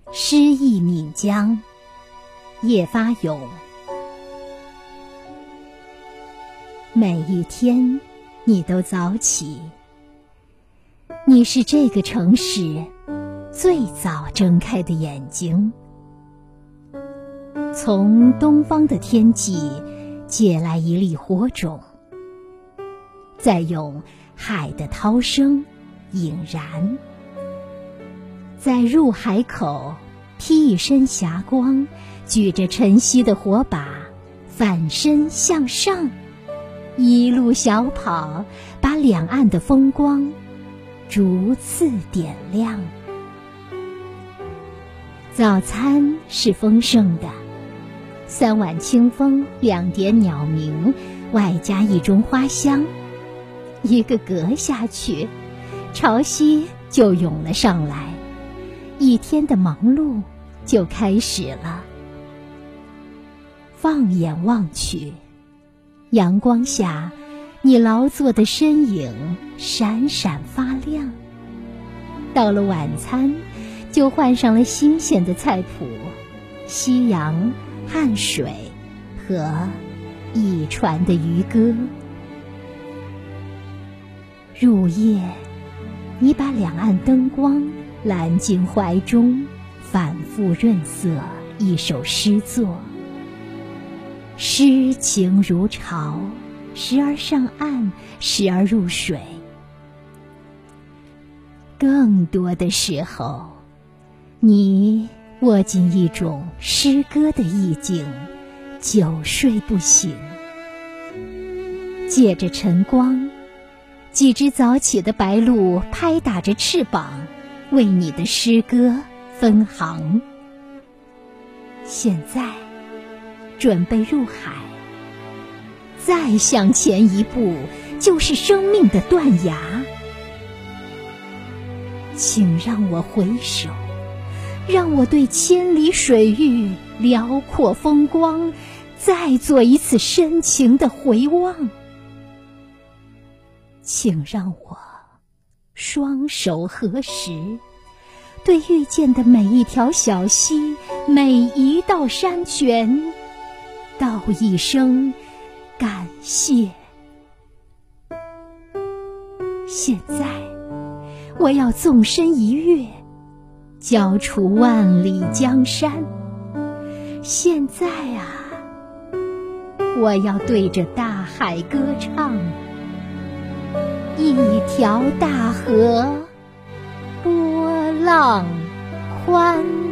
诗意岷江，叶发勇。每一天你都早起，你是这个城市最早睁开的眼睛，从东方的天际借来一粒火种，再用海的涛声引燃，在入海口披一身霞光，举着晨曦的火把，反身向上，一路小跑，把两岸的风光逐次点亮。早餐是丰盛的，3碗清风，2点鸟鸣，外加一盅花香，一个嗝下去，潮汐就涌了上来，一天的忙碌就开始了。放眼望去，阳光下你劳作的身影闪闪发亮。到了晚餐，就换上了新鲜的菜谱，夕阳、汗水和一船的渔歌。入夜，你把两岸灯光揽进怀中，反复润色一首诗作。诗情如潮，时而上岸，时而入水。更多的时候，你握紧一种诗歌的意境，久睡不醒。借着晨光，几只早起的白鹭拍打着翅膀，为你的诗歌分行。现在准备入海，再向前一步，就是生命的断崖。请让我回首，让我对千里水域、辽阔风光再做一次深情的回望。请让我双手合十，对遇见的每一条小溪、每一道山泉道一声感谢。现在我要纵身一跃，交出万里江山。现在啊，我要对着大海歌唱。一条大河，波浪宽